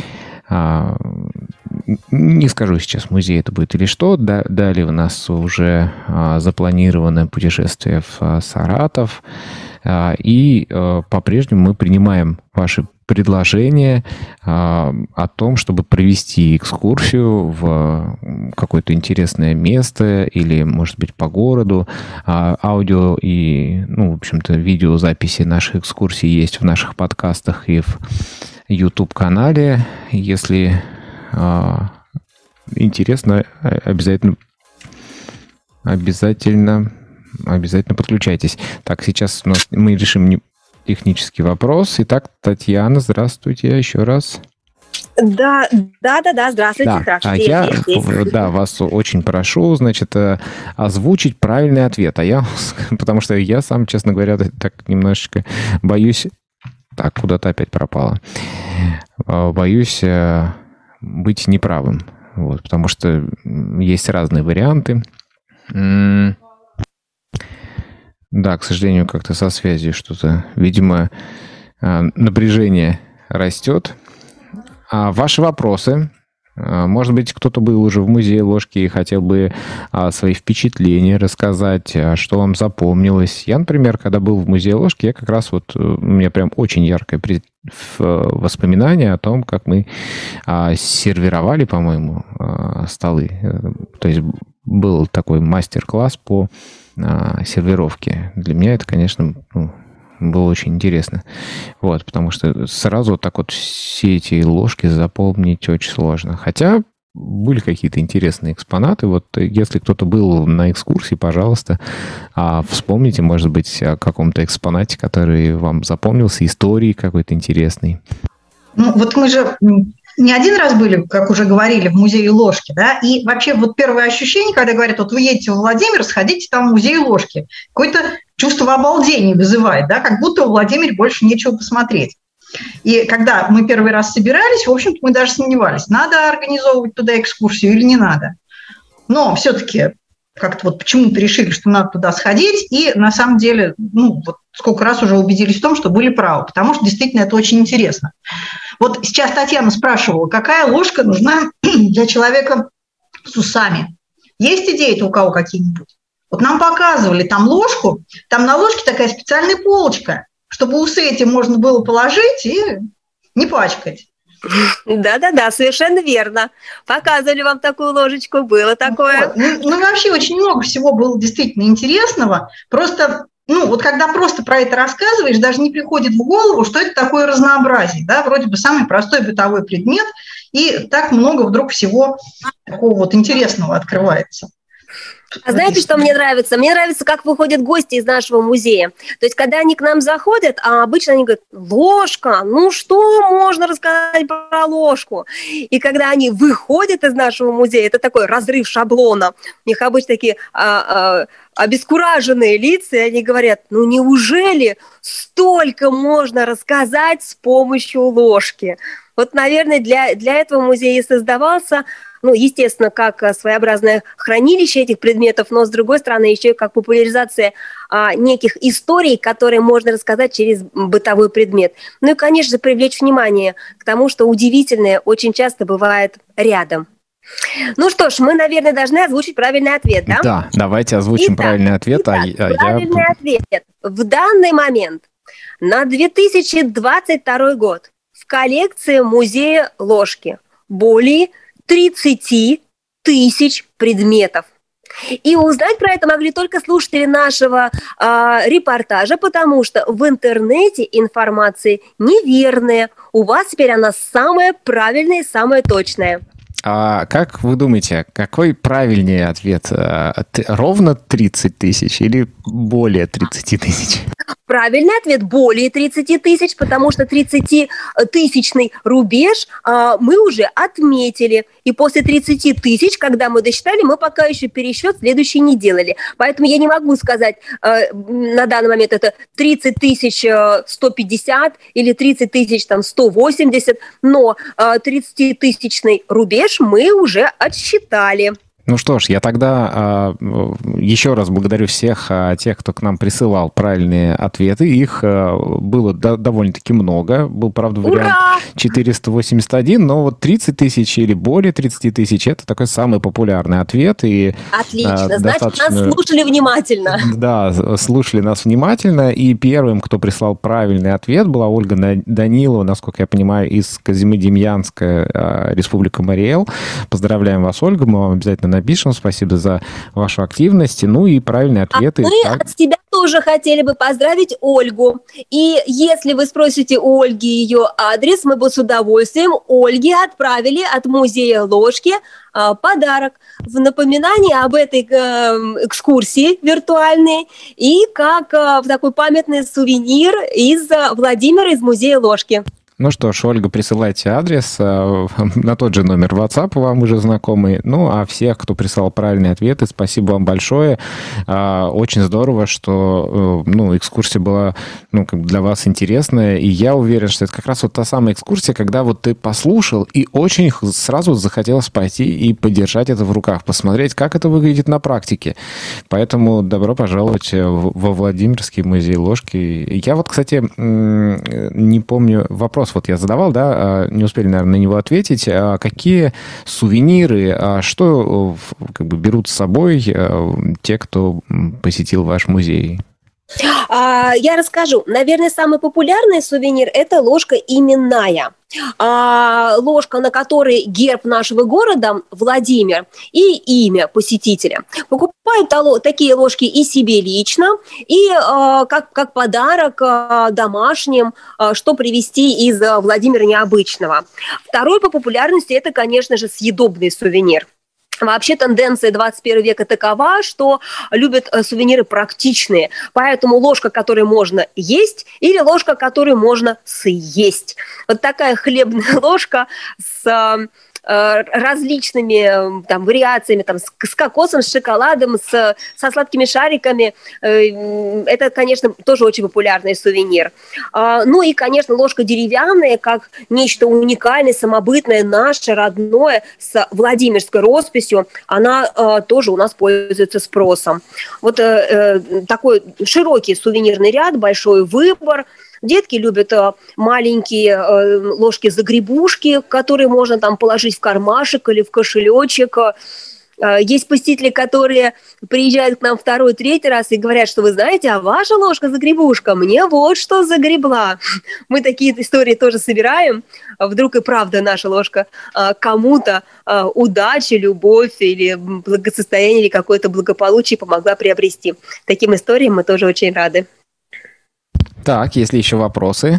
Не скажу сейчас, музей это будет или что. Далее у нас уже запланировано путешествие в Саратов. И по-прежнему мы принимаем ваши предложения о том, чтобы провести экскурсию в какое-то интересное место или, может быть, по городу. Аудио и, в общем-то, видеозаписи наших экскурсий есть в наших подкастах и в YouTube-канале. Если интересно, обязательно подключайтесь. Так, сейчас мы решим технический вопрос. Итак, Татьяна, здравствуйте еще раз. Да, здравствуйте. Да, я вас очень прошу, значит, озвучить правильный ответ. Потому что я сам, честно говоря, так немножечко боюсь. Так, куда-то опять пропало. Боюсь быть неправым. Вот, потому что есть разные варианты. Да, к сожалению, как-то со связью что-то. Видимо, напряжение растет. Ваши вопросы Может быть, кто-то был уже в музее ложки и хотел бы свои впечатления рассказать, что вам запомнилось. Я, например, когда был в музее ложки, я как раз вот, у меня прям очень яркое воспоминание о том, как мы сервировали, по-моему, столы. То есть был такой мастер-класс по сервировке. Для меня это, конечно, было очень интересно. Вот, потому что сразу так вот все эти ложки запомнить очень сложно. Хотя были какие-то интересные экспонаты. Вот если кто-то был на экскурсии, пожалуйста, вспомните, может быть, о каком-то экспонате, который вам запомнился, истории какой-то интересной. Ну, вот мы же не один раз были, как уже говорили, в музее ложки, да, и вообще вот первое ощущение, когда говорят, вот вы едете в Владимир, сходите там в музей ложки, какое-то чувство обалдения вызывает, да, как будто в Владимире больше нечего посмотреть. И когда мы первый раз собирались, в общем-то, мы даже сомневались, надо организовывать туда экскурсию или не надо. Но все-таки как-то вот почему-то решили, что надо туда сходить, и на самом деле, ну, вот сколько раз уже убедились в том, что были правы, потому что действительно это очень интересно. Вот сейчас Татьяна спрашивала, какая ложка нужна для человека с усами. Есть идеи-то у кого какие-нибудь? Вот нам показывали там ложку, там на ложке такая специальная полочка, чтобы усы эти можно было положить и не пачкать. Да-да-да, совершенно верно. Показывали вам такую ложечку, было такое. Ну, вообще очень много всего было действительно интересного. Просто, ну, вот когда просто про это рассказываешь, даже не приходит в голову, что это такое разнообразие, да, вроде бы самый простой бытовой предмет, и так много вдруг всего такого вот интересного открывается. А знаете, что мне нравится? Мне нравится, как выходят гости из нашего музея. То есть, когда они к нам заходят, а обычно они говорят, ложка, ну что можно рассказать про ложку? И когда они выходят из нашего музея, это такой разрыв шаблона. У них обычно такие обескураженные лица, и они говорят, ну неужели столько можно рассказать с помощью ложки? Вот, наверное, для этого музей и создавался. Ну, естественно, как своеобразное хранилище этих предметов, но, с другой стороны, еще и как популяризация неких историй, которые можно рассказать через бытовой предмет. Ну и, конечно же, привлечь внимание к тому, что удивительное очень часто бывает рядом. Ну что ж, мы, наверное, должны озвучить правильный ответ, да? Да, давайте озвучим правильный ответ. Правильный ответ. В данный момент на 2022 год в коллекции музея ложки более 30 тысяч предметов. И узнать про это могли только слушатели нашего репортажа, потому что в интернете информация неверная. У вас теперь она самая правильная и самая точная. А как вы думаете, какой правильнее ответ? Ровно 30 тысяч или более 30 тысяч? Правильный ответ – более 30 тысяч, потому что 30-тысячный рубеж мы уже отметили. И после 30 тысяч, когда мы досчитали, мы пока еще пересчет следующий не делали. Поэтому я не могу сказать на данный момент это 30 тысяч 150 или 30 тысяч 180, но 30-тысячный рубеж мы уже отсчитали. Ну что ж, я тогда еще раз благодарю всех тех, кто к нам присылал правильные ответы. Их было довольно-таки много. Был, правда, вариант 481, но вот 30 тысяч или более 30 тысяч – это такой самый популярный ответ. И, отлично, значит, нас слушали внимательно. Да, слушали нас внимательно. И первым, кто прислал правильный ответ, была Ольга Данилова, насколько я понимаю, из Козьмодемьянска, Республика Мариэл. Поздравляем вас, Ольга, мы вам обязательно напишем. Спасибо за вашу активность. Ну и правильные ответы. А мы от себя тоже хотели бы поздравить Ольгу. И если вы спросите у Ольги ее адрес, мы бы с удовольствием Ольге отправили от музея ложки подарок в напоминание об этой экскурсии виртуальной и как такой памятный сувенир из Владимира, из музея ложки. Ну что ж, Ольга, присылайте адрес на тот же номер WhatsApp, вам уже знакомый. Ну, а всех, кто прислал правильные ответы, спасибо вам большое. Очень здорово, что экскурсия была для вас интересная. И я уверен, что это как раз вот та самая экскурсия, когда вот ты послушал и очень сразу захотелось пойти и подержать это в руках, посмотреть, как это выглядит на практике. Поэтому добро пожаловать во Владимирский музей ложки. Я вот, кстати, не помню вопрос. вопрос вот я задавал, да, не успели, наверное, на него ответить. Какие сувениры, что как бы берут с собой те, кто посетил ваш музей? Я расскажу. Наверное, самый популярный сувенир – это ложка именная. Ложка, на которой герб нашего города Владимир и имя посетителя. Покупают такие ложки и себе лично, и как подарок домашним, что привезти из Владимира необычного. Второй по популярности – это, конечно же, съедобный сувенир. Вообще тенденция 21 века такова, что любят сувениры практичные, поэтому ложка, которую можно есть, или ложка, которую можно съесть. Вот такая хлебная ложка с различными там вариациями, там, с кокосом, с шоколадом, со сладкими шариками. Это, конечно, тоже очень популярный сувенир. Ну и, конечно, ложка деревянная, как нечто уникальное, самобытное, наше, родное, с владимирской росписью, она тоже у нас пользуется спросом. Вот такой широкий сувенирный ряд, большой выбор. Детки любят маленькие ложки-загребушки, которые можно там положить в кармашек или в кошелечек. Есть посетители, которые приезжают к нам второй, третий раз и говорят, что вы знаете, а ваша ложка-загребушка мне вот что загребла. Мы такие истории тоже собираем. Вдруг и правда наша ложка кому-то удачи, любовь или благосостояние, или какое-то благополучие помогла приобрести. Таким историям мы тоже очень рады. Так, есть ли еще вопросы?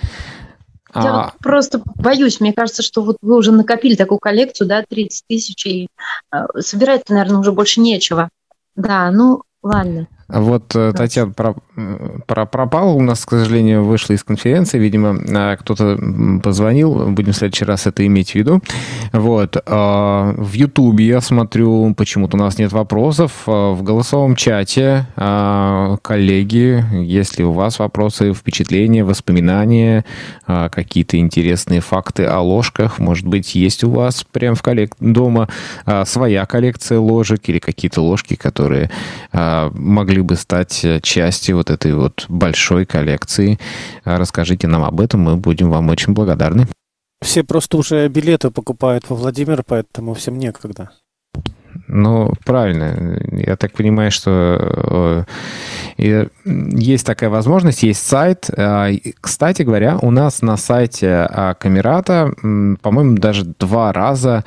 Я вот просто боюсь, мне кажется, что вот вы уже накопили такую коллекцию, да, 30 тысяч, и собирать-то, наверное, уже больше нечего. Да, ну, ладно. Вот Татьяна пропала у нас, к сожалению, вышла из конференции. Видимо, кто-то позвонил. Будем в следующий раз это иметь в виду. Вот. В Ютубе я смотрю, почему-то у нас нет вопросов. В голосовом чате, коллеги, если у вас вопросы, впечатления, воспоминания, какие-то интересные факты о ложках, может быть, есть у вас прямо дома своя коллекция ложек или какие-то ложки, которые могли бы стать частью вот этой вот большой коллекции. Расскажите нам об этом, мы будем вам очень благодарны. Все просто уже билеты покупают во Владимир, поэтому всем некогда. Ну, правильно. Я так понимаю, что есть такая возможность, есть сайт. Кстати говоря, у нас на сайте Камерата, по-моему, даже 2 раза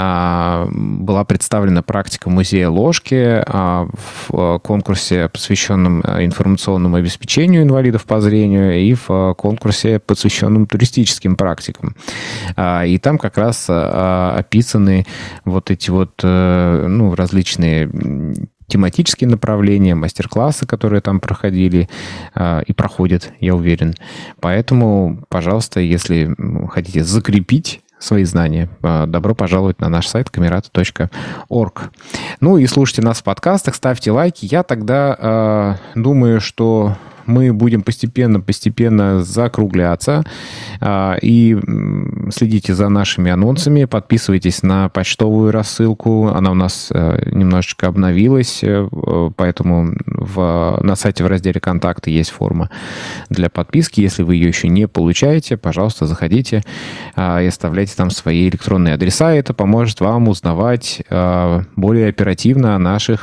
была представлена практика музея ложки в конкурсе, посвященном информационному обеспечению инвалидов по зрению, и в конкурсе, посвященном туристическим практикам. И там как раз описаны вот эти вот различные тематические направления, мастер-классы, которые там проходили и проходят, я уверен. Поэтому, пожалуйста, если хотите закрепить свои знания, добро пожаловать на наш сайт kamerata.org. Ну и слушайте нас в подкастах, ставьте лайки. Я тогда думаю, что мы будем постепенно закругляться. И следите за нашими анонсами, подписывайтесь на почтовую рассылку. Она у нас немножечко обновилась, поэтому на сайте в разделе «Контакты» есть форма для подписки. Если вы ее еще не получаете, пожалуйста, заходите и оставляйте там свои электронные адреса. Это поможет вам узнавать более оперативно о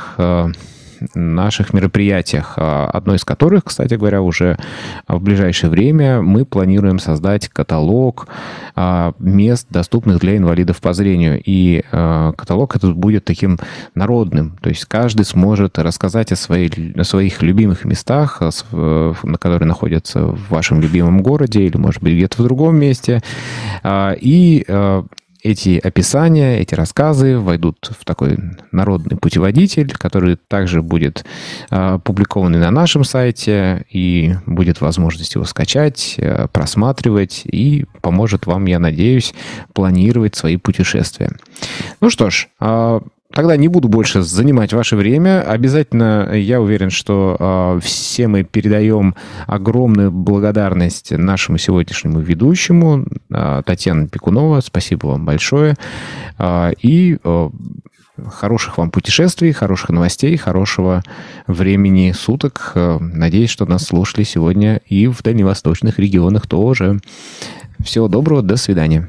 наших мероприятиях, одно из которых, кстати говоря, уже в ближайшее время мы планируем создать каталог мест, доступных для инвалидов по зрению. И каталог этот будет таким народным, то есть каждый сможет рассказать о своих любимых местах, которые находятся в вашем любимом городе или, может быть, где-то в другом месте. И эти описания, эти рассказы войдут в такой народный путеводитель, который также будет опубликован на нашем сайте, и будет возможность его скачать, просматривать, и поможет вам, я надеюсь, планировать свои путешествия. Ну что ж, тогда не буду больше занимать ваше время. Обязательно, я уверен, что все мы передаем огромную благодарность нашему сегодняшнему ведущему, Татьяна Пекунова. Спасибо вам большое. И хороших вам путешествий, хороших новостей, хорошего времени суток. Надеюсь, что нас слушали сегодня и в дальневосточных регионах тоже. Всего доброго, до свидания.